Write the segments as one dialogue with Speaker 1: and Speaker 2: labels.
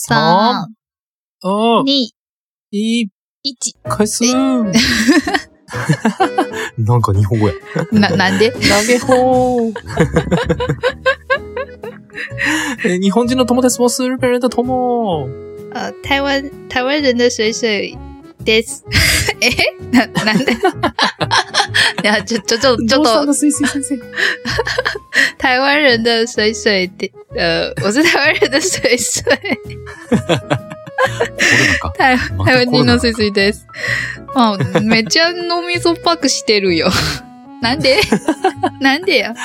Speaker 1: 3、2、
Speaker 2: 1、
Speaker 1: 1。
Speaker 2: 回数なんか日本語や。
Speaker 1: なんで
Speaker 2: 投げほー。日本人の友です。我是日本人的友。
Speaker 1: 台湾人的水水です。なんでいや、ちょっと。
Speaker 2: 水水先生。
Speaker 1: 台湾人的水水で、我是台湾人的水水。台湾人の水水です。めっちゃ脳みそパックしてるよ。なんでや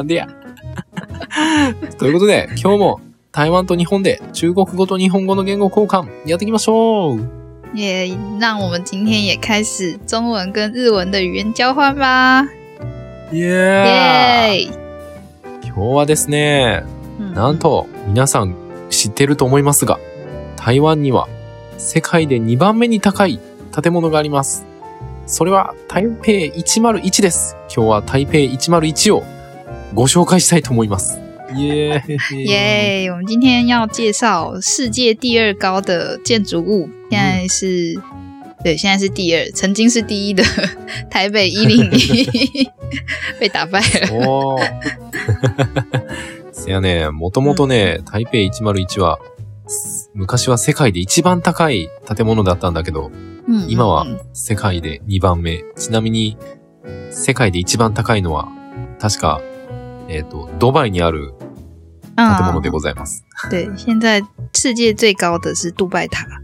Speaker 2: ということで、今日も台湾と日本で中国語と日本語の言語交換やっていきましょう。
Speaker 1: 也让我们今天也开始中文跟日文的语言交换吧。
Speaker 2: イエーイ。今日はですね、なんと皆さん知ってると思いますが、台湾には世界で2番目に高い建物があります。それは台北101です。今日は台北101をご紹介したいと思います。耶
Speaker 1: 耶！我们今天要介绍世界第2高的建筑物，现在是第2，曾经是第1的台北101被打败了。
Speaker 2: おー。せやね、もともとね、台北101は昔は世界で一番高い建物だったんだけど、今は世界で2番目。ちなみに世界で一番高いのは確かドバイにある建物でございます。
Speaker 1: 对，现在世界最高的是杜拜塔。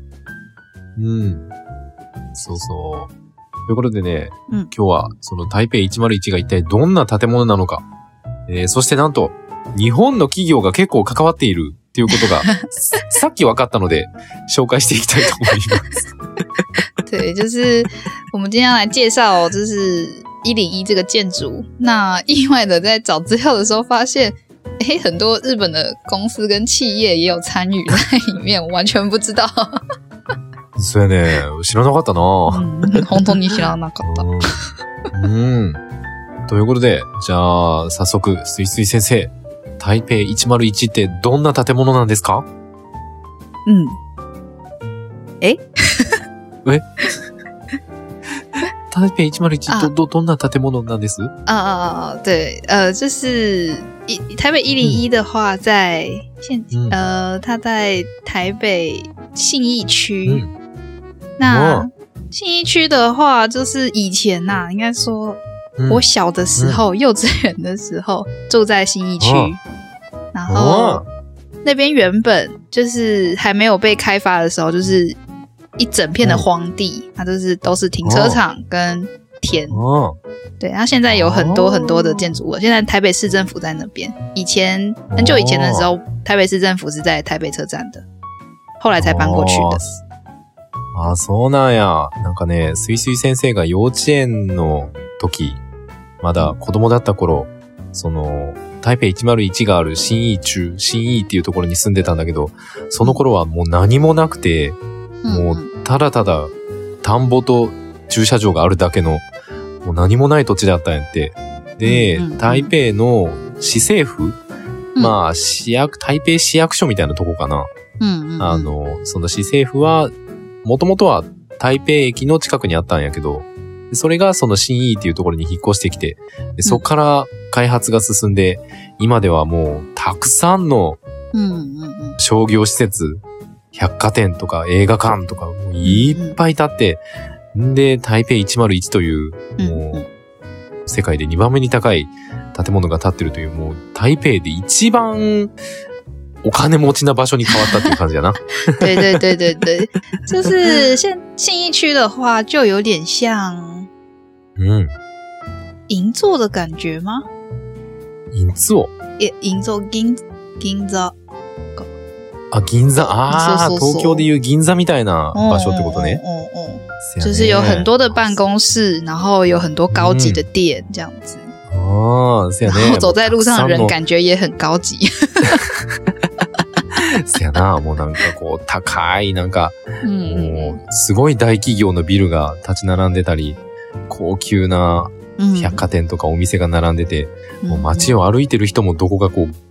Speaker 2: そうそう。ということでね、今日はその台北101が一体どんな建物なのか、そしてなんと日本の企業が結構関わっているっていうことがさっき分かったので紹介していきたいと思います。
Speaker 1: 对，就是我们今天要来介绍就是101这个建筑。那意外的在找资料的时候发现，很多日本的公司跟企业也有参与在里面，我完全不知道。
Speaker 2: そうやね、知らなかったな。
Speaker 1: 本当に知らなかった。
Speaker 2: ということで、じゃあ早速すいすい先生、台北101ってどんな建物なんですか？台北101どんな建物なんです？
Speaker 1: 对，就是台北101的话在它在台北信义区。那信义区的话，就是以前应该说我小的时候，幼稚園的时候住在信义区，然后那边原本就是还没有被开发的时候，就是一整片的荒地，它都是停车场跟田。对，然后现在有很多很多的建筑物，现在台北市政府在那边。以前很久以前的时候，台北市政府是在台北車站的，後来才搬過去的。
Speaker 2: そうなんや。なんかね、すいすい先生が幼稚園の時、まだ子供だった頃、その台北101がある信義っていうところに住んでたんだけど、その頃はもう何もなくて、もうただただ田んぼと駐車場があるだけのもう何もない土地だったんやって。で、台北の市政府、台北市役所みたいなとこかな。その市政府はもともとは台北駅の近くにあったんやけど、それがその信義っていうところに引っ越してきて、でそこから開発が進んで、今ではもうたくさんの商業施設、百貨店とか映画館とかもういっぱい建って、で、台北101という、もう世界で2番目に高い建物が建ってるという、もう台北で一番お金持ちな場所に変わったっていう感じだな。
Speaker 1: 对对对对对，就是信义区的话，就有点像银座的感觉吗？
Speaker 2: 銀座？
Speaker 1: 銀座。銀座。
Speaker 2: 東京でいう銀座みたいな場所ってことね。
Speaker 1: 就是有很多的办公室，然后有很多高级的店这样子。然后走在路上的人感觉也很高级。
Speaker 2: せやな、もうなんかこう高いなんか、もうすごい大企業のビルが立ち並んでたり、高級な百貨店とかお店が並んでて、もう街を歩いてる人もどこかこう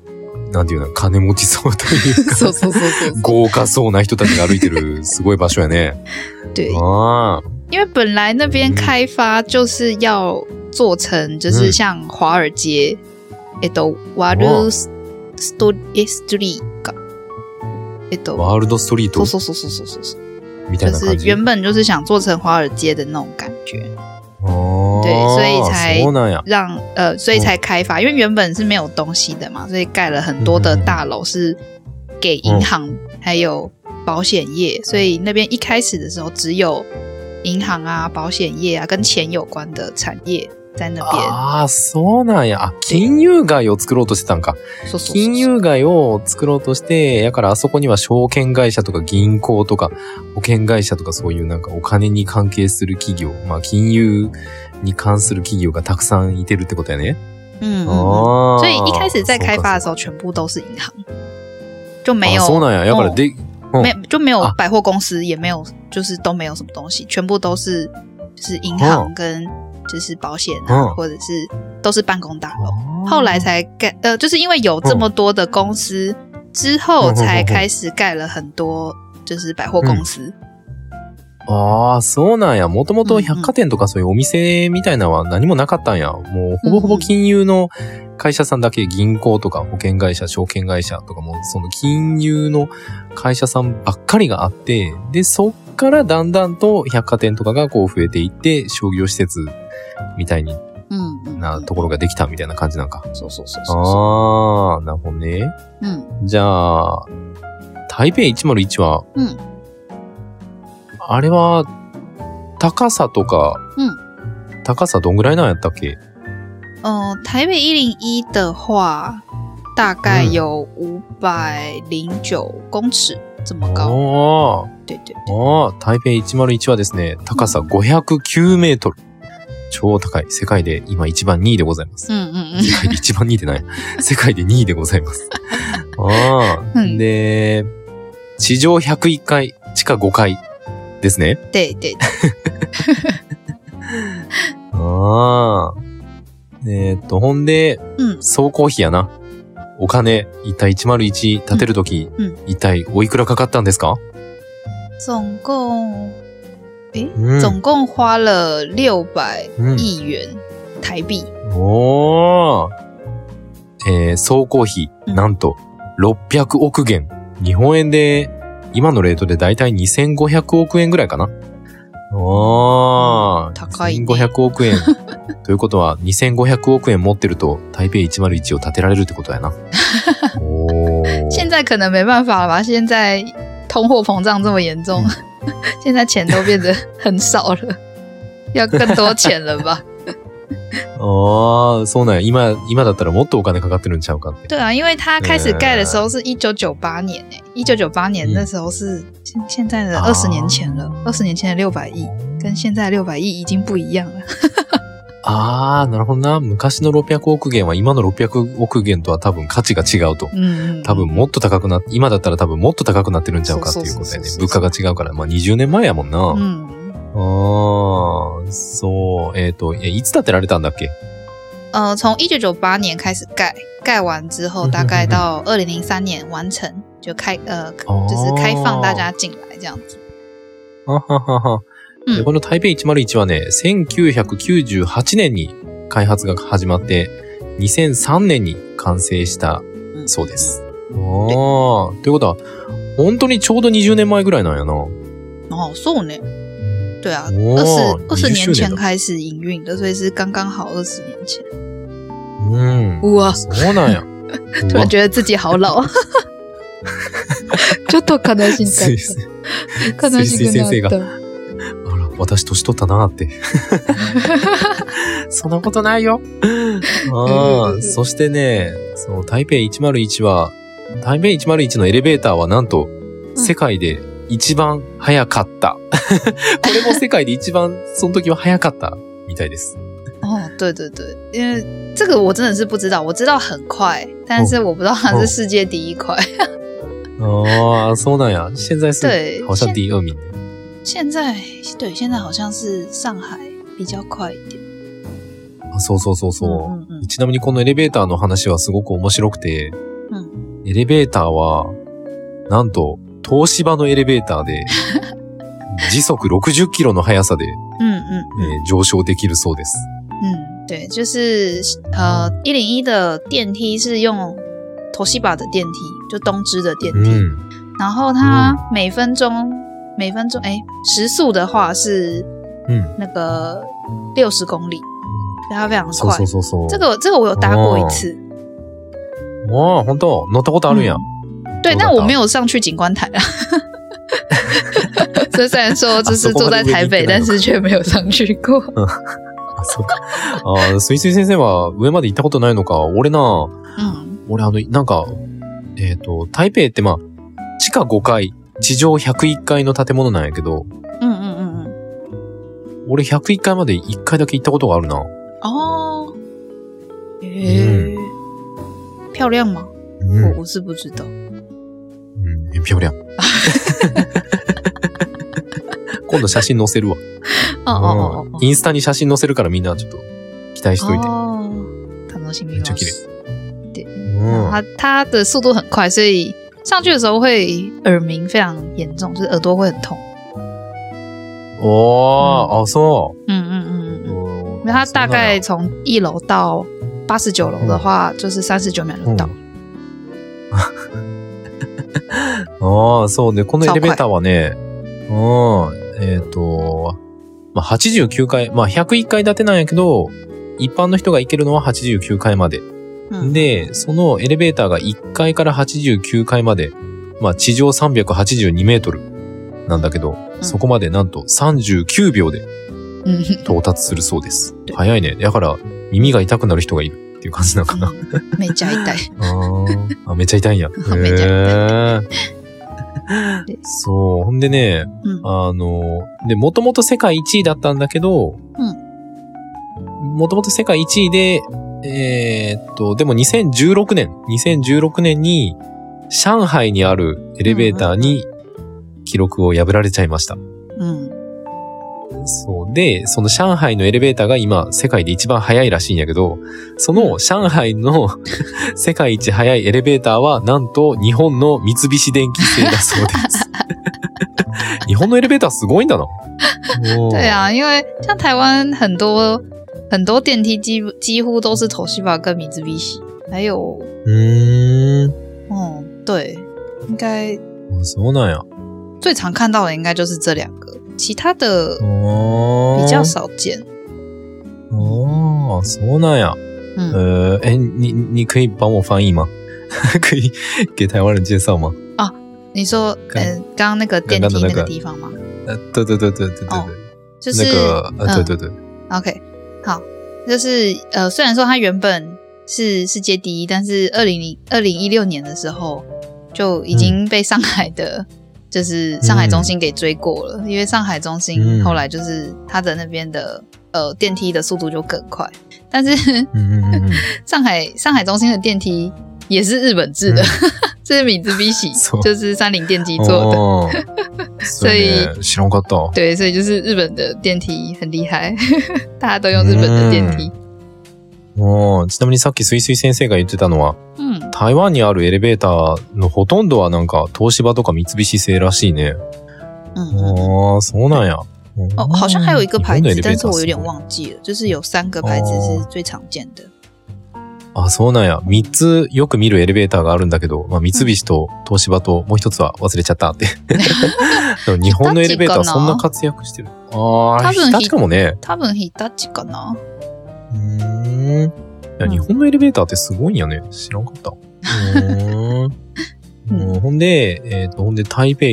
Speaker 2: なんていうの、金持ちそうというか、
Speaker 1: そうそうそうそう。
Speaker 2: 豪華そうな人たちが歩いてるすごい場所やね。
Speaker 1: 对，
Speaker 2: ああ。
Speaker 1: 因为本来那边开发就是要做成，就是像华尔街，ワールストリーか，
Speaker 2: ワールドストリート。
Speaker 1: そうそう。
Speaker 2: みたいな感じ。
Speaker 1: 就是原本就是想做成华尔街的那种感觉。
Speaker 2: 哦，
Speaker 1: 对，所以才
Speaker 2: そうなんや。
Speaker 1: 所以才开发，因为原本是没有东西的嘛，所以盖了很多的大楼是给银行还有保险业，所以那边一开始的时候只有银行啊、保险业啊跟钱有关的产业在那边。
Speaker 2: ああ、そうなんや。あ、金融街を作ろうとしてたんか。
Speaker 1: そうそうそう。
Speaker 2: 金融街を作ろうとして、やからあそこには証券会社とか銀行とか保険会社とかそういうなんかお金に関係する企業、まあ金融に関する企業がたくさんいてるってことやね。
Speaker 1: 所以一开始在开发的时候全部都是银行，就没有。
Speaker 2: そうなんや。やからで、
Speaker 1: 就没有百货公司，也没有，就是都没有什么东西，全部都是就是银行跟就是保险啊，或者是都是办公大楼。后来才盖，就是因为有这么多的公司之后，才开始盖了很多就是百货公司。
Speaker 2: ああ、そうなんや。もともと百貨店とかそういうお店みたいなのは何もなかったんや。もうほぼほぼ金融の会社さんだけ、銀行とか保険会社、証券会社とかもその金融の会社さんばっかりがあって、で、そっからだんだんと百貨店とかがこう増えていって、商業施設みたいなところができたみたいな感じなんか。
Speaker 1: そうそう。
Speaker 2: ああ、なるほどね。じゃあ、台北101は、あれは、高さとか、高さどんぐらいなんやったっけ？
Speaker 1: 台北101的话，大概有509公尺这么高。对。
Speaker 2: 台北101はですね、高さ509メートル。超高い。世界で今一番2位でございます。世界で一番2位でない。世界で2位でございます。で、地上101階、地下5階ですね。
Speaker 1: 对。
Speaker 2: ほんで、総工費やな。お金、一体101建てるとき、一体おいくらかかったんですか？
Speaker 1: 总共花了600亿元台币。
Speaker 2: 総工費、なんと600億元。日本円で、今のレートでだいたい2500億円ぐらいかな。
Speaker 1: 高いね。
Speaker 2: 2500億円。ということは、2500億円持ってると、台北101を建てられるってことやな。
Speaker 1: 現在可能没办法吧，现在通貨膨脹這麼嚴重，現在錢都變得很少了，要更多錢了吧？
Speaker 2: そうなんや。今だったらもっとお金かかってるんちゃうかって。
Speaker 1: 对啊，因为它开始盖的时候是1998年，1998年那时候是现在的20年前了，20年前的600億跟现在的600億已經不一樣了。
Speaker 2: なるほどな。昔の600億元は今の600億元とは多分価値が違うと。多分もっと高くなって、今だったら多分もっと高くなってるんちゃうかっていうことやね。物価が違うから。まあ20年前やもんな。そう。いつ建てられたんだっけ？
Speaker 1: 从1998年开始盖完之后，大概到2003年完成，就是开放大家進來這樣子。
Speaker 2: でこの台北101はね、1998年に開発が始まって、2003年に完成したそうです。ということは、本当にちょうど20年前ぐらいなんやな。
Speaker 1: そうね。对啊，20年前开始营运的，所以是刚刚好20年前。哇，
Speaker 2: そうなんや。
Speaker 1: 突然觉得自己好老。ちょっと悲しかった。悲しくなった。
Speaker 2: 私年取ったなーって。そんなことないよ。そしてね、その台北101のエレベーターはなんと、世界で一番早かった。これも世界で一番、その時は早かったみたいです。
Speaker 1: 对，因为这个我真的是不知道，我知道很快，但是我不知道它是世界第一快。
Speaker 2: そうなんや。現在是好像第二名。
Speaker 1: 现在好像是上海比较快一点。
Speaker 2: そう。ちなみにこのエレベーターの話はすごく面白くて、 エレベーターは、なんと、東芝のエレベーターで、時速60キロの速さで、上昇できるそうです。
Speaker 1: 对，就是101的电梯是用 Toshiba 的电梯，就东芝的电梯，然后它每分钟时速的话是那个60公里，所以它非常快。这个我有搭过一次。
Speaker 2: 哇，本当乗ったことあるんや。
Speaker 1: 对，但我没有上去景观台啊。所以虽然说就是住在台北，但是却没有上去过。
Speaker 2: そうか。すいすい先生は上まで行ったことないのか。俺な、俺なんか、台北って地下5階、地上101階の建物なんやけど、俺101階まで1回だけ行ったことがあるな。
Speaker 1: 漂亮吗？我是不知道。
Speaker 2: 很漂亮。今度写真載せるわ。インスタに写真載せるからみんなちょっと期待しといて。
Speaker 1: 楽しみます。
Speaker 2: めっちゃ綺麗。
Speaker 1: 对，它的速度很快，所以上去的时候会耳鸣非常严重，就是耳朵会很痛。
Speaker 2: そう。
Speaker 1: 因为它大概从1楼到89楼的话，就是39秒就到。
Speaker 2: そうね。このエレベーターはね、89階、101階建てなんやけど、一般の人が行けるのは89階まで。で、そのエレベーターが1階から89階まで、地上382メートルなんだけど、そこまでなんと39秒で到達するそうです。早いね。だから耳が痛くなる人がいるっていう感じなのかな。
Speaker 1: めっちゃ痛い。
Speaker 2: めっちゃ痛いんや。
Speaker 1: めっちゃ痛い。
Speaker 2: そう。ほんでね、もともと世界1位だったんだけど、もともと世界1位で、でも2016年に上海にあるエレベーターに記録を破られちゃいました。そうで、その上海のエレベーターが今世界で一番速いらしいんやけど、その上海の世界一速いエレベーターはなんと日本の三菱電機製だそうです。日本のエレベーターすごいんだな。
Speaker 1: 对啊，因为像台湾很多电梯几乎都是 Toshiba 跟三菱，还有对，应该
Speaker 2: そうなんや。
Speaker 1: 最常看到的应该就是这两个。其他的比较少见。
Speaker 2: そうなんや。你可以帮我翻译吗？可以给台湾人介绍吗？
Speaker 1: 你说刚刚那个电梯那个地方吗？
Speaker 2: 对，
Speaker 1: 就是
Speaker 2: 那个对。
Speaker 1: OK， 好，就是虽然说它原本是世界第一，但是2016年的时候就已经被上海的。就是上海中心给追过了，因为上海中心后来就是它的那边的电梯的速度就更快，但是上海中心的电梯也是日本制的，这是三菱就是三菱電機做的，所以
Speaker 2: 知らんかった。
Speaker 1: 对，所以就是日本的电梯很厉害，大家都用日本的电梯。
Speaker 2: ちなみにさっきすいすい先生が言ってたのは、台湾にあるエレベーターのほとんどはなんか東芝とか三菱製らしいね。そうなんや。
Speaker 1: 好像还有一个牌子，但是我有点忘记了，就是有3个牌子是最常见的。
Speaker 2: そうなんや。3つよく見るエレベーターがあるんだけど、三菱と東芝ともう一つは忘れちゃったって。日本のエレベーターそんな活躍してる。日立かもね。
Speaker 1: 多分日立かな。
Speaker 2: いや、日本のエレベーターってすごいんやね。知らんかった。ほんで、台北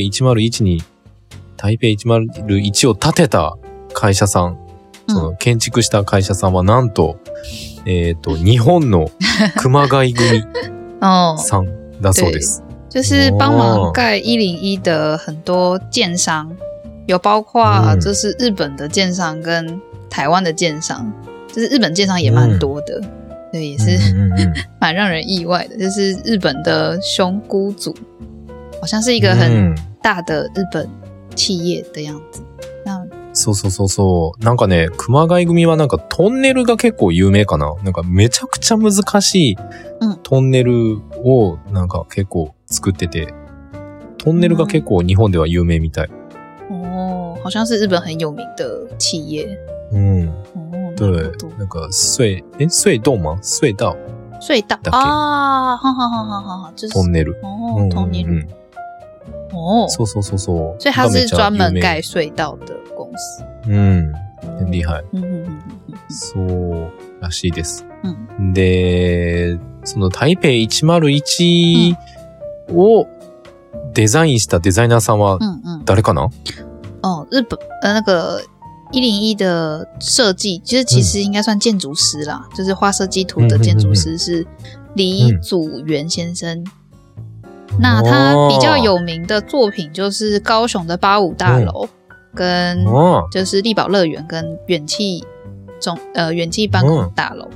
Speaker 2: 101を建てた会社さん、その建築した会社さんはなんと、日本の熊谷組さんだそうです。
Speaker 1: 就是帮忙盖101的很多建商，有包括就是日本的建商跟台湾的建商。就是日本建商也蛮多的，所以也是蛮让人意外的。就是日本的熊谷组，好像是一个很大的日本企业的样子。
Speaker 2: そう。なんかね、熊谷組はなんかトンネルが結構有名かな。なんかめちゃくちゃ難しいトンネルをなんか結構作ってて、トンネルが結構日本では有名みたい。
Speaker 1: 哦，好像是日本很有名的企业。
Speaker 2: 对，那个隧道吗？隧道
Speaker 1: 啊，好，就是
Speaker 2: トンネル。
Speaker 1: トンネル。
Speaker 2: そうそうそうそう。
Speaker 1: 所以它是专门盖隧道的公司。
Speaker 2: 很厉害。そうらしいです。で、その台北101をデザインしたデザイナーさんは誰かな？
Speaker 1: 日本那个101的设计，其实应该算建筑师啦，就是画设计图的建筑师是李祖原先生。那他比较有名的作品就是高雄的85大楼，跟就是力宝乐园跟远气办公大楼。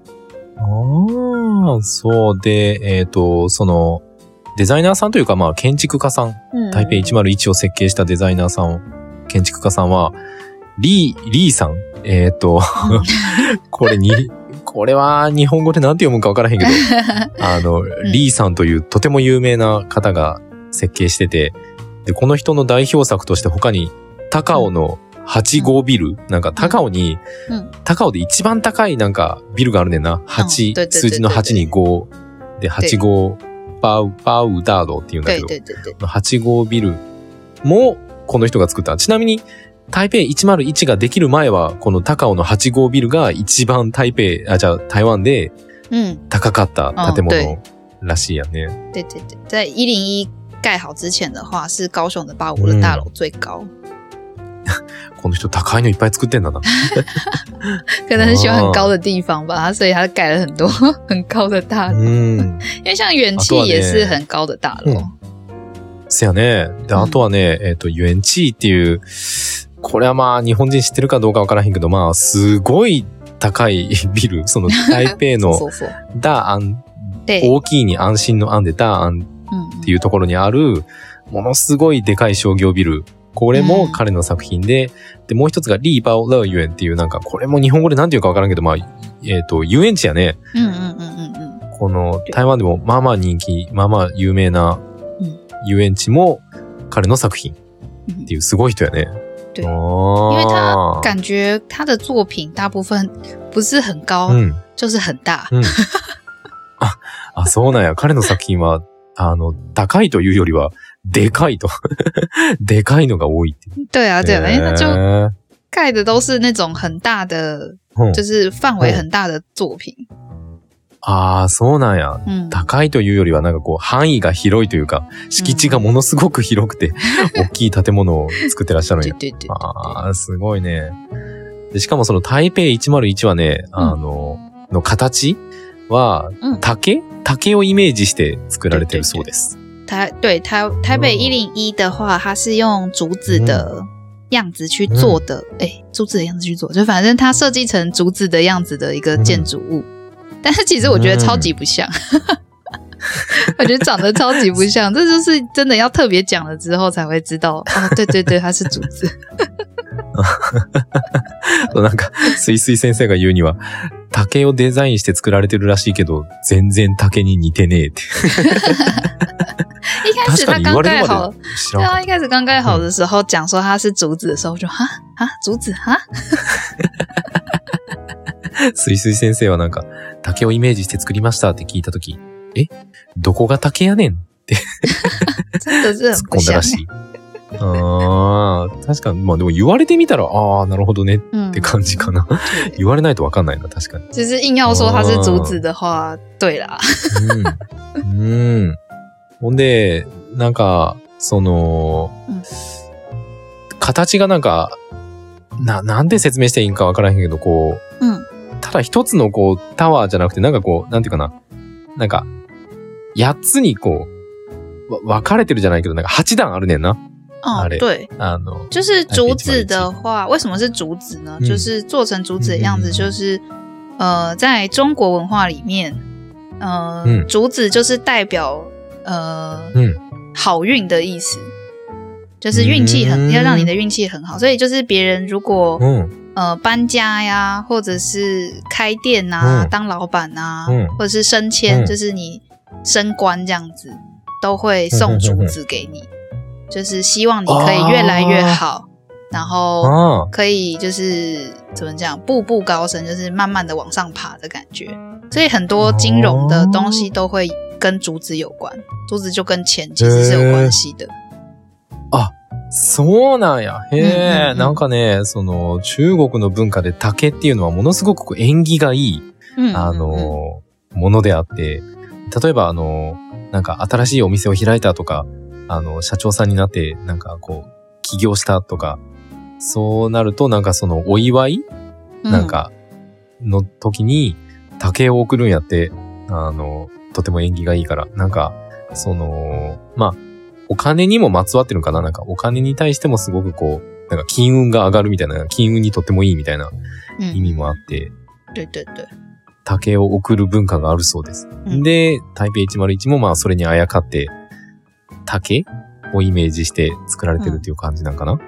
Speaker 2: そうで、そのデザイナーさんというか、まあ建築家さん、台北101を設計したデザイナーさん、建築家さんはリーさん、これは日本語でなんて読むかわからへんけど、リーさんというとても有名な方が設計してて、で、この人の代表作として他に高尾の8号ビル、なんか高尾で一番高いなんかビルがあるねんな。8、数字の8に5で8号バウダードっていうんだけど、8号ビルもこの人が作った。ちなみに台北101ができる前は、この高尾の8号ビルが一番台湾で高かった建物らしいやね。
Speaker 1: 对，在101盖好之前的话，是高雄的85的大楼最高。
Speaker 2: この人高いのいっぱい作ってんだな。
Speaker 1: 可能很喜欢很高的地方吧，所以他盖了很多很高的大楼。因为像元气也是很高的大楼。
Speaker 2: せやね。で、あとはね、元气っていう、これはまあ日本人知ってるかどうかわからへんけど、まあすごい高いビル、その台北の大安、大きいに安心の安で大安っていうところにある、ものすごいでかい商業ビル。これも彼の作品で、で、もう一つがリーバオ乐園っていうなんか、これも日本語でなんていうかわからんけど、まあ、遊園地やね。この台湾でもまあまあ人気、まあまあ有名な遊園地も彼の作品っていうすごい人やね。
Speaker 1: 对，因为他感觉他的作品大部分不是很高，就是很大。
Speaker 2: そうなんや。彼の作品は、高いというよりは、でかいと。でかいのが多いって。
Speaker 1: 对啊，因为他就盖的都是那种很大的，就是范围很大的作品。
Speaker 2: そうなんや。高いというよりはなんかこう範囲が広いというか、敷地がものすごく広くて、大きい建物を作ってらっしゃるんや。すごいね。で、しかもその台北101はね、の形は竹をイメージして作られてるそうです。
Speaker 1: 台北101的话，它是用竹子的样子去做的。竹子的样子去做，就反正它设计成竹子的样子的一个建筑物。但是其实我觉得超级不像，我觉得长得超级不像，这就是真的要特别讲了之后才会知道。对，它是竹子。
Speaker 2: なんか、すいすい先生が言うには、竹をデザインして作られてるらしいけど、全然竹に似てねえって。
Speaker 1: 一开始他刚盖好，对啊，一开始刚盖好的时候讲说它是竹子的时候，我就竹子
Speaker 2: すいすい先生はなんか、竹をイメージして作りましたって聞いたとき、どこが竹やねんって突っ込んだらしい。確かに、まあでも言われてみたら、なるほどねって感じかな。言われないとわかんないな、確かに。
Speaker 1: 就是硬要说它是竹子的话、对啦。
Speaker 2: ほんで、なんか、その、形がなんか、なんで説明していいんかわからへんけど、こう、ただ一つのこう、タワーじゃなくて、なんかこう、なんていうかな、なんか、8つにこう、分かれてるじゃないけど、なんか8段あるねんな。
Speaker 1: 对，就是竹子的话，为什么是竹子呢？就是做成竹子的样子，就是在中国文化里面，竹子就是代表好运的意思，就是运气要让你的运气很好，所以就是别人如果搬家呀，或者是开店啊，当老板啊，或者是升迁，就是你升官这样子，都会送竹子给你，就是希望你可以越来越好，然后可以就是怎么讲，步步高升，就是慢慢的往上爬的感觉。所以很多金融的东西都会跟竹子有关，竹子就跟钱其实是有关系的。
Speaker 2: あ、そうなんや。へえ、なんかね、その中国の文化で竹っていうのはものすごく縁起がいい、ものであって、例えばなんか新しいお店を開いたとか、社長さんになってなんかこう起業したとか、そうなるとなんかそのお祝い、なんかの時に竹を贈るんやって、とても縁起がいいから、なんかそのまあお金にもまつわってるのかな、なんかお金に対してもすごくこうなんか金運が上がるみたいな、金運にとってもいいみたいな意味もあって、
Speaker 1: 对对对。
Speaker 2: 竹を贈る文化があるそうです。で、台北101もまあそれにあやかって竹をイメージして作られてるっていう感じなんかな。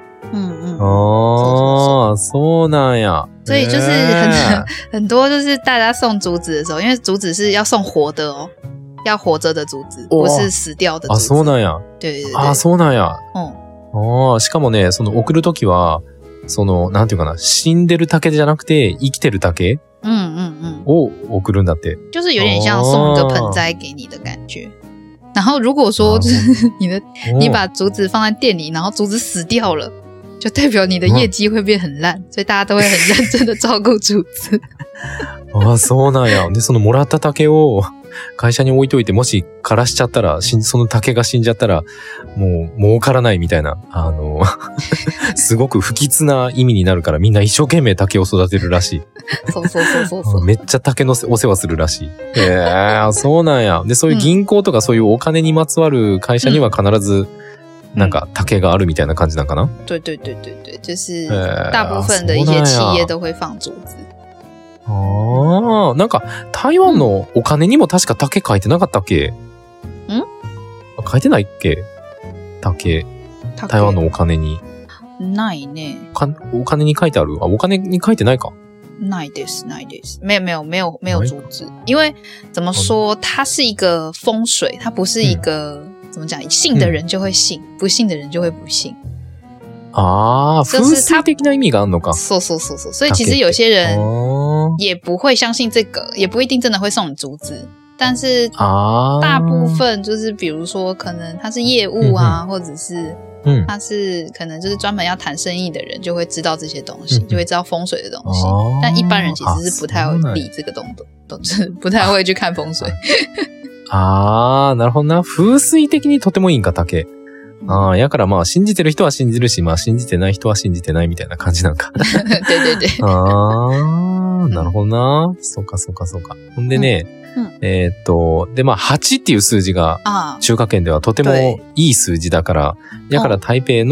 Speaker 2: 哦，そうなんや。
Speaker 1: 所以就是很多就是大家送竹子的时候，因为竹子是要送活的哦，要活着的竹子，不是死掉的竹子。
Speaker 2: あ、そうなんや。
Speaker 1: 对对对。
Speaker 2: あ、そうなんや。しかもね、その送るときは、そのなんていうかな、死んでる竹じゃなくて生きてる竹。を送るんだって。
Speaker 1: 就是有点像送一个盆栽给你的感觉。然后如果说就是你把竹子放在店里，然后竹子死掉了，就代表你的业绩会变很烂，所以大家都会很认真的照顾竹子。
Speaker 2: あ、そうなんや。で、そのもらった竹を会社に置いといて、もし枯らしちゃったら、その竹が死んじゃったら、もう儲からないみたいな、すごく不吉な意味になるから、みんな一生懸命竹を育てるらしい。
Speaker 1: そう。
Speaker 2: めっちゃ竹のお世話するらしい。そうなんや。で、そういう銀行とかそういうお金にまつわる会社には必ず、なんか竹があるみたいな感じなんかな？
Speaker 1: 对，就是大部分的一些企业都会放竹子。
Speaker 2: なんか台湾のお金にも確か竹書いてなかったっけ？書いてないっけ？竹。台湾のお金に。
Speaker 1: ないね。
Speaker 2: お金に書いてある？あ、お金に書いてないか？
Speaker 1: ないです。没有竹子，因为怎么说，它是一个风水，它不是一个怎么讲，信的人就会信，不信的人就会不信。
Speaker 2: ああ、風水的な意味があるのか。
Speaker 1: そう。所以其实有些人也不会相信这个，也不一定真的会送你竹子。但是大部分就是比如说可能他是业务啊，或者是他是可能就是专门要谈生意的人，就会知道这些东西，就会知道风水的东西。但一般人其实是不太会理这个东西，就是不太会去看风水。
Speaker 2: ああ、なるほどな。風水的にとてもいいんか、竹。ああ、やからまあ信じてる人は信じるし、まあ信じてない人は信じてないみたいな感じなんか。
Speaker 1: 对。
Speaker 2: ああ、なるほどな。そうか。ほんでね、でまあ8っていう数字が中華圏ではとてもいい数字だから、やから台北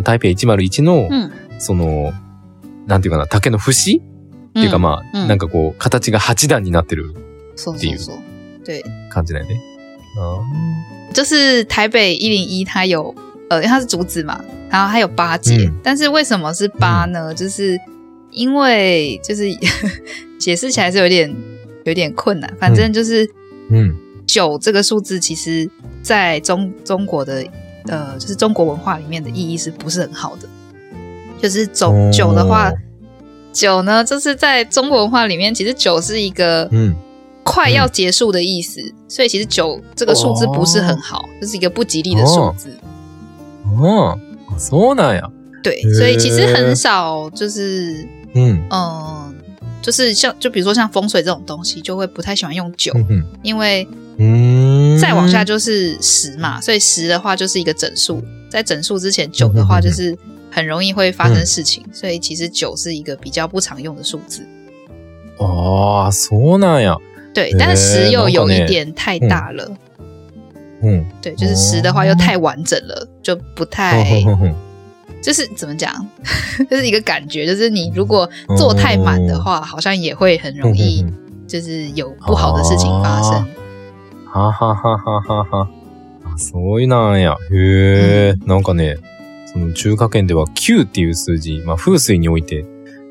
Speaker 2: 101の、その、なんていうかな、竹の節っていうかまあ、なんかこう、形が8段になってるっていう感じだよね。
Speaker 1: 就是台北101它有它是竹子嘛，然后它有8节，但是为什么是8呢？就是因为就是解释起来是有点困难，反正就是9这个数字其实在中国的就是中国文化里面的意义是不是很好的？就是9的话，9呢就是在中国文化里面，其实9是一个快要结束的意思，所以其实9这个数字不是很好，就是一个不吉利的数字。
Speaker 2: そうなんや。
Speaker 1: 对，所以其实很少就是就是就比如说像风水这种东西，就会不太喜欢用9，因为再往下就是10嘛，所以10的话就是一个整数，在整数之前9的话就是很容易会发生事情，所以其实9是一个比较不常用的数字。
Speaker 2: ああ、そうなんや。
Speaker 1: 对，但是10又有一点太大了。对，就是10的话又太完整了，就不太就是怎么讲，就是一个感觉，就是你如果做太满的话，好像也会很容易就是有不好的事情发生。
Speaker 2: はははははは。そういうなんや。へえ、なんかね、その中華圏では9っていう数字、まあ風水において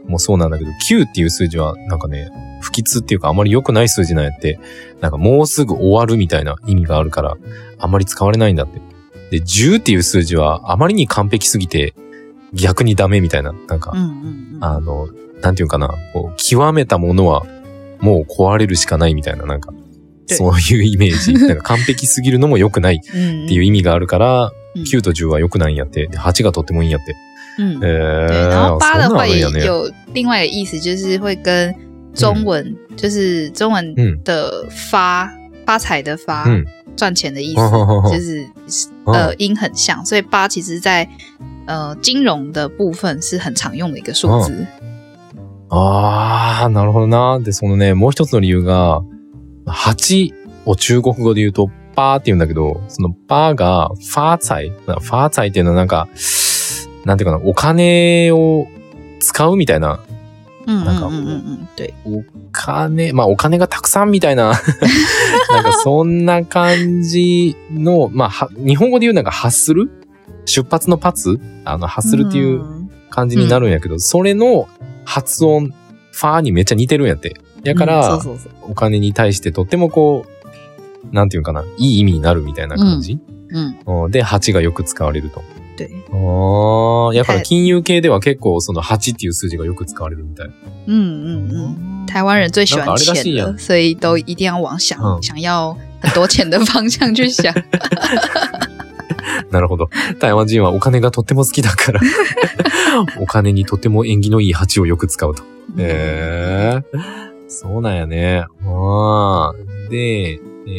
Speaker 2: もそうなんだけど、9っていう数字はなんかね、不吉っていうかあまり良くない数字なんやって、なんかもうすぐ終わるみたいな意味があるから、あんまり使われないんだって。で、10っていう数字はあまりに完璧すぎて、逆にダメみたいな、なんか、なんていうかな、こう極めたものはもう壊れるしかないみたいな、なんか、そういうイメージ。なんか完璧すぎるのも良くないっていう意味があるから、9と10は良くないんやって、8がとってもいいんやって。
Speaker 1: 对，然后8的话也有另外一个意思，就是会跟中文，就是中文的发财的发，赚钱的意思，就是音很像，所以8其实在金融的部分是很常用的一个数字。
Speaker 2: ああ、なるほどな。で、そのね、もう一つの理由が、8を中国語で言うと、パーって言うんだけど、そのパーが、ファーツァイ。ファーツァイっていうのはなんか、なんていうかな、お金を使うみたいな。なんか、お金、まあお金がたくさんみたいな、なんかそんな感じの、まあ、日本語で言うなんか発する出発のパツ発するっていう感じになるんやけど、それの発音、ファーにめっちゃ似てるんやって。だから、お金に対してとってもこう、なんていうかな、いい意味になるみたいな感じ。で、8がよく使われると。だから金融系では結構その8っていう数字がよく使われるみたい。
Speaker 1: 台湾人最喜欢钱了，所以都一定要往想要很多钱的方向去想。
Speaker 2: なるほど。台湾人はお金がとっても好きだから、お金にとても縁起のいい8をよく使うと。そうなんやね。で、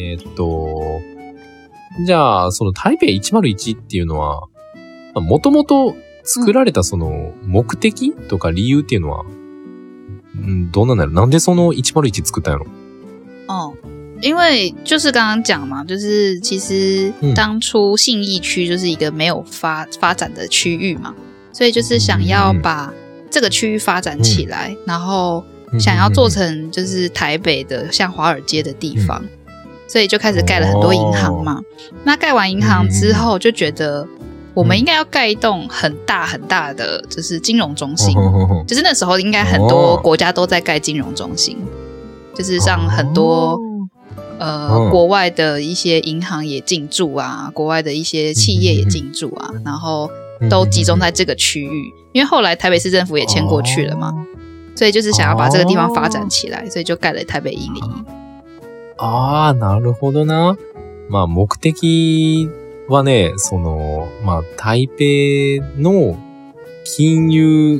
Speaker 2: じゃあ、その台北101っていうのは、もともと作られたその目的とか理由っていうのは、どうなんだろう？なんでその101作ったんやろ？
Speaker 1: 因为就是刚刚讲嘛，就是其实当初信义区就是一个没有发展的区域嘛，所以就是想要把这个区域发展起来，然后想要做成就是台北的像华尔街的地方，所以就开始盖了很多银行嘛。那盖完银行之后，就觉得我们应该要盖一栋很大很大的就是金融中心，就是那时候应该很多国家都在盖金融中心，就是让很多国外的一些银行也进驻啊，国外的一些企业也进驻啊，然后都集中在这个区域，因为后来台北市政府也迁过去了嘛，所以就是想要把这个地方发展起来，所以就盖了台北101。
Speaker 2: なるほどな。まあ目的はね、その、まあ台北の金融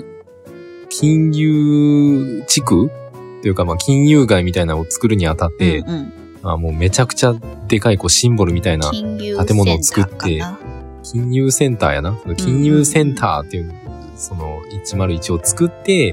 Speaker 2: 地区というかまあ金融街みたいなのを作るにあたって、もうめちゃくちゃでかいこうシンボルみたいな建物を作って、金融センターやな。金融センターっていう、その101を作って、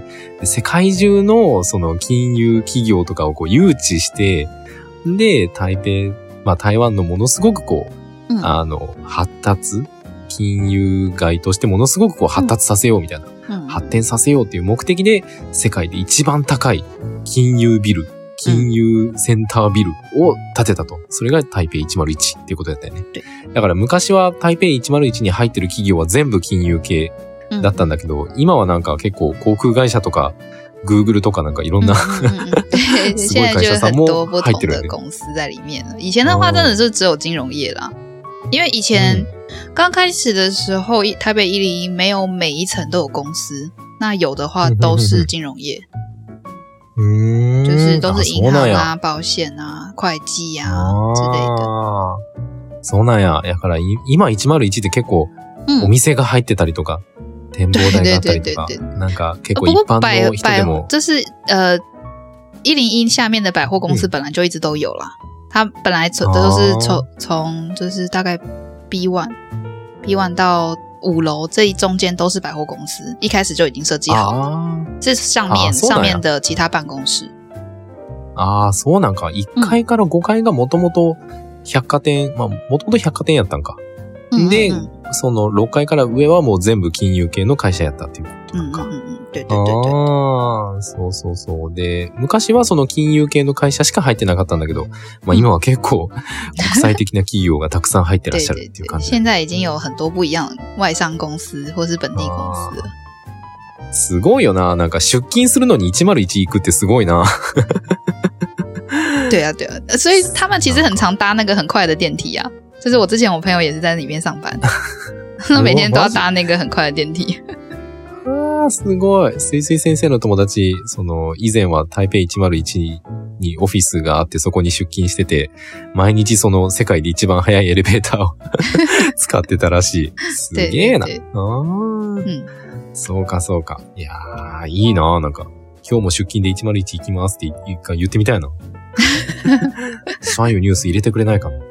Speaker 2: 世界中のその金融企業とかをこう誘致して、で、台北、まあ台湾のものすごくこう、発達、金融街としてものすごくこう発達させようみたいな、発展させようっていう目的で、世界で一番高い金融ビル、金融センタービルを建てたと。それが台北101っていうことだったよね。だから昔は台北101に入ってる企業は全部金融系だったんだけど、今はなんか結構航空会社とか、Google とかなんかいろんなすごい会社さんも入ってるよね。
Speaker 1: 公司在里面了。以前的话真的是只有金融业啦，因为以前刚开始的时候，台北101没有每一层都有公司，那有的话都是金融业。就是都是银行啊、保险啊、会計啊之類的。
Speaker 2: そうなんや。だから今101って結構お店が入ってたりとか、展望台があったりとか、なんか結構一般の人でも。
Speaker 1: 就是101下面的百货公司本来就一直都有啦。它本来都是从就是大概 B1 到5楼这一中间都是百货公司，一开始就已经设计好了。是上面的其他办公室。
Speaker 2: そうなんか。1階から5階がもともと百貨店、まあもともと百貨店やったんか。で、その6階から上はもう全部金融系の会社やったっていうことなんか。そうそうそう。で、昔はその金融系の会社しか入ってなかったんだけど、まあ今は結構国際的な企業がたくさん入ってらっしゃるっていう感じ。
Speaker 1: 現在已經有很多不一樣的外商公司或是本地公司了。
Speaker 2: すごいよな。なんか出勤するのに101行くってすごいな。
Speaker 1: 对啊，对啊，所以他们其实很常搭那个很快的电梯啊。就是我之前我朋友也是在里面上班，他每天都要搭那个很快的電梯。
Speaker 2: ああ、すごい。すいすい先生の友達、以前は台北101にオフィスがあってそこに出勤してて、毎日世界で一番早いエレベーターを使ってたらしい。すげえな。そうかそうか。いやー、いいな。なんか、今日も出勤で101行きますって言ってみたいな。そういうニュース入れてくれないかな。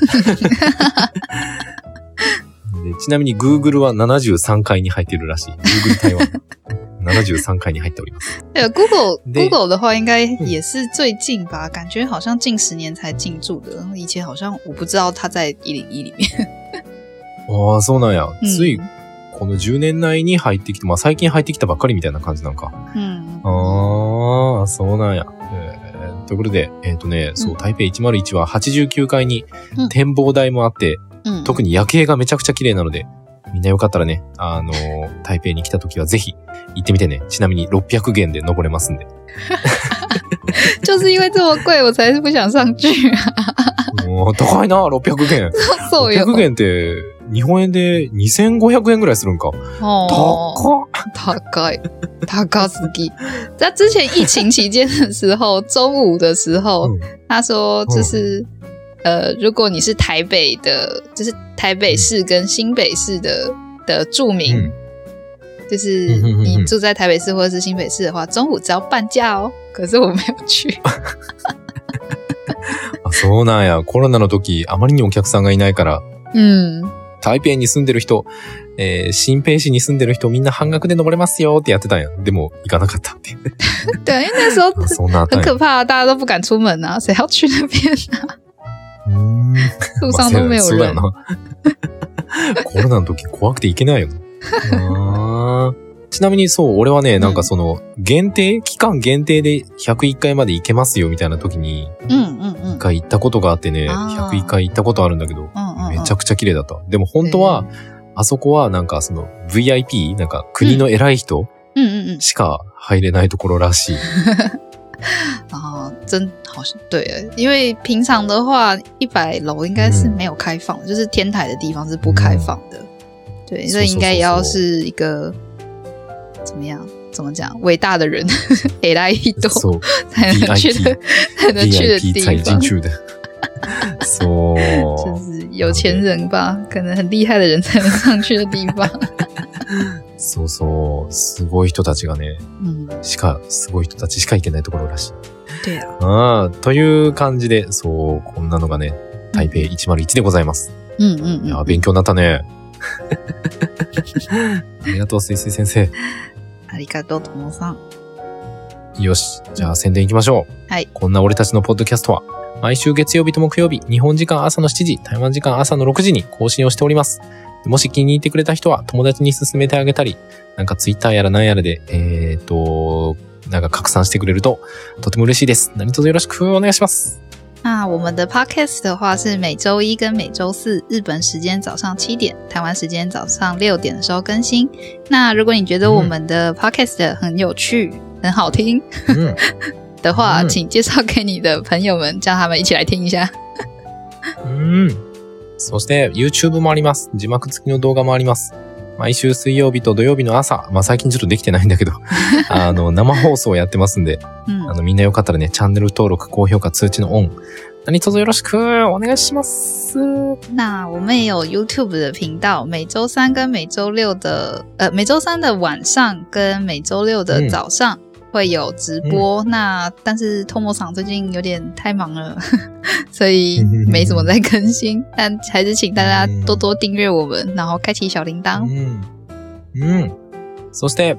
Speaker 2: でちなみに Google は73階に入ってるらしい。Google 台湾73階に入っております。
Speaker 1: 对 Google 的话应该也是最近吧，感觉好像近10年才进驻的。以前好像我不知道它在101里面。
Speaker 2: ああ、そうなんや。ついこの10年内に入ってきて、まあ最近入ってきたばっかりみたいな感じなんか。ああ、そうなんや。ということで、そう、台北101は89階に展望台もあって、特に夜景がめちゃくちゃ綺麗なので、みんなよかったらね、台北に来た時はぜひ行ってみてね。ちなみに600元で登れますんで。
Speaker 1: 就是因为这么贵，我才是不想上去啊。
Speaker 2: もう高いな、600元。
Speaker 1: そうよ。
Speaker 2: 600元って日本円で2500円ぐらいするんか。
Speaker 1: 高い。高すぎ。在之前疫情期间的时候，中午的时候，他说就是如果你是台北的，就是台北市跟新北市的住民，就是你住在台北市或者是新北市的话，中午只要半价哦。可是我没有去。
Speaker 2: あ、そうなんや。コロナの時、あまりにお客さんがいないから。台北に住んでる人、新北市に住んでる人みんな半額で登れますよってやってたんや。でも行かなかったって。
Speaker 1: 对，因为那时候很可怕，大家都不敢出门啊，谁要去那边啊？路上都没有人。
Speaker 2: コロナの時怖くて行けないよ。ちなみにそう、俺はね、なんか期間限定で101回まで行けますよみたいな時に、一回行ったことがあってね、101回行ったことあるんだけど、めちゃくちゃ綺麗だった。でも本当は、あそこはなんかVIP、なんか国の偉い人しか入れないところらしい。
Speaker 1: 真好像对，因为平常的话100楼应该是没有开放的，就是天台的地方是不开放的。对，所以应该也要是一个怎么讲伟大的人偉い人才能去的地方，
Speaker 2: 才进去的。そう。
Speaker 1: 就是有钱人吧，可能很厉害的人才能上去的地方。
Speaker 2: そうそう。すごい人たちがね、すごい人たちしか行けないところらしい。
Speaker 1: 对啊。
Speaker 2: という感じで、そう、こんなのがね、台北101でございます。いや、勉強になったね。ありがとう、すいすい先生。
Speaker 1: ありがとう、ともさん。
Speaker 2: よし、じゃあ宣伝行きましょう。
Speaker 1: はい。
Speaker 2: こんな俺たちのポッドキャストは、毎週月曜日と木曜日、日本時間朝の7時、台湾時間朝の6時に更新をしております。もし気に入ってくれた人は友達に勧めてあげたり、なんかツイッターやら何やらで、なんか拡散してくれるととても嬉しいです。何卒よろしくお願いします。
Speaker 1: 那我们的 podcast 的话是每周一跟每周四，日本时间早上7点，台湾时间早上6点的时候更新。那如果你觉得我们的 podcast 很有趣、很好听的话，请介紹給你的朋友們，叫他們一起來聽一下。
Speaker 2: そして YouTube もあります。字幕付きの動画もあります。毎週水曜日と土曜日の朝、まあ最近ちょっとできてないんだけど、生放送やってますんで、みんなよかったらね、チャンネル登録、高評価、通知のオン、何卒よろしくお願いします。
Speaker 1: 那我们也有 YouTube 的频道，每周三跟每周六的每周三的晚上跟每周六的早上会有直播。那但是 Tomo 桑最近有点太忙了，所以没怎么在更新，但还是请大家多多订阅我们，然后开启小铃铛。
Speaker 2: そして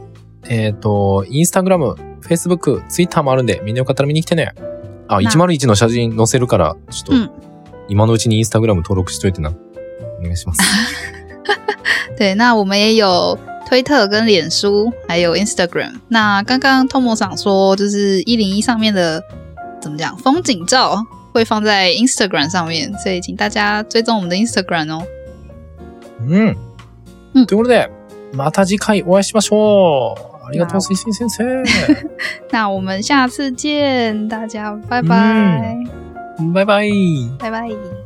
Speaker 2: Instagram、Facebook、Twitter もあるんで、みんなよかったら見に来てね。あ、101の写真載せるから、ちょっと、今のうちに Instagram 登録しといてな。お願いします。
Speaker 1: 对，那我们也有推特跟脸书，还有 Instagram。那刚刚 Tomo 桑说，就是101上面的怎么讲，风景照会放在 Instagram 上面，所以请大家追踪我们的 Instagram 哦。と
Speaker 2: いうことで、また次回お会いしましょう。あありがとう、水星先生。
Speaker 1: 那我们下次见，大家拜拜。
Speaker 2: 拜拜。
Speaker 1: 拜拜。